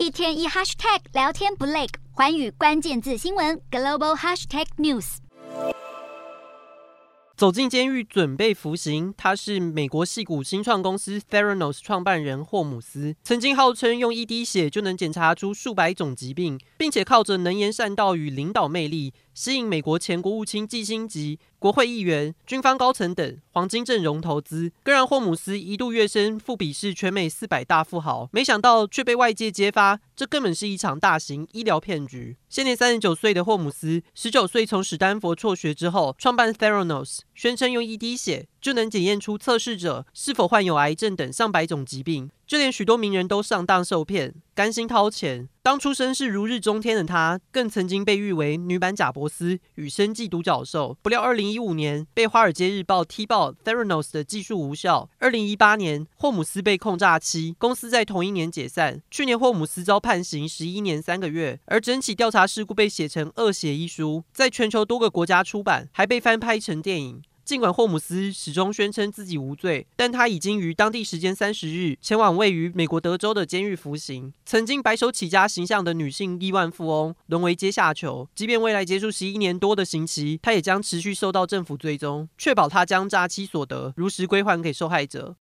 一天一 hashtag 聊天不累，寰宇关键字新闻 global hashtag news。 走进监狱准备服刑，他是美国矽谷新创公司 Theranos 创办人霍姆斯，曾经号称用一滴血就能检查出数百种疾病，并且靠着能言善道与领导魅力，吸引美国前国务卿基辛格、国会议员、军方高层等黄金阵容投资，更让霍姆斯一度跃升富比士全美400大富豪。没想到却被外界揭发，这根本是一场大型医疗骗局。现年39岁的霍姆斯，19岁从史丹佛辍学之后，创办 Theranos， 宣称用一滴血就能检验出测试者是否患有癌症等上百种疾病，就连许多名人都上当受骗，甘心掏钱。当初声势如日中天的他，更曾经被誉为女版贾伯斯与生技独角兽。不料2015年被《华尔街日报》踢爆 Theranos 的技术无效。2018年，霍姆斯被控诈欺，公司在同一年解散。去年霍姆斯遭判刑11年3个月，而整起调查事故被写成恶血一书，在全球多个国家出版，还被翻拍成电影。尽管霍姆斯始终宣称自己无罪，但他已经于当地时间30日前往位于美国德州的监狱服刑。曾经白手起家形象的女性亿万富翁沦为阶下囚，即便未来结束11年多的刑期，她也将持续受到政府追踪，确保她将诈欺所得如实归还给受害者。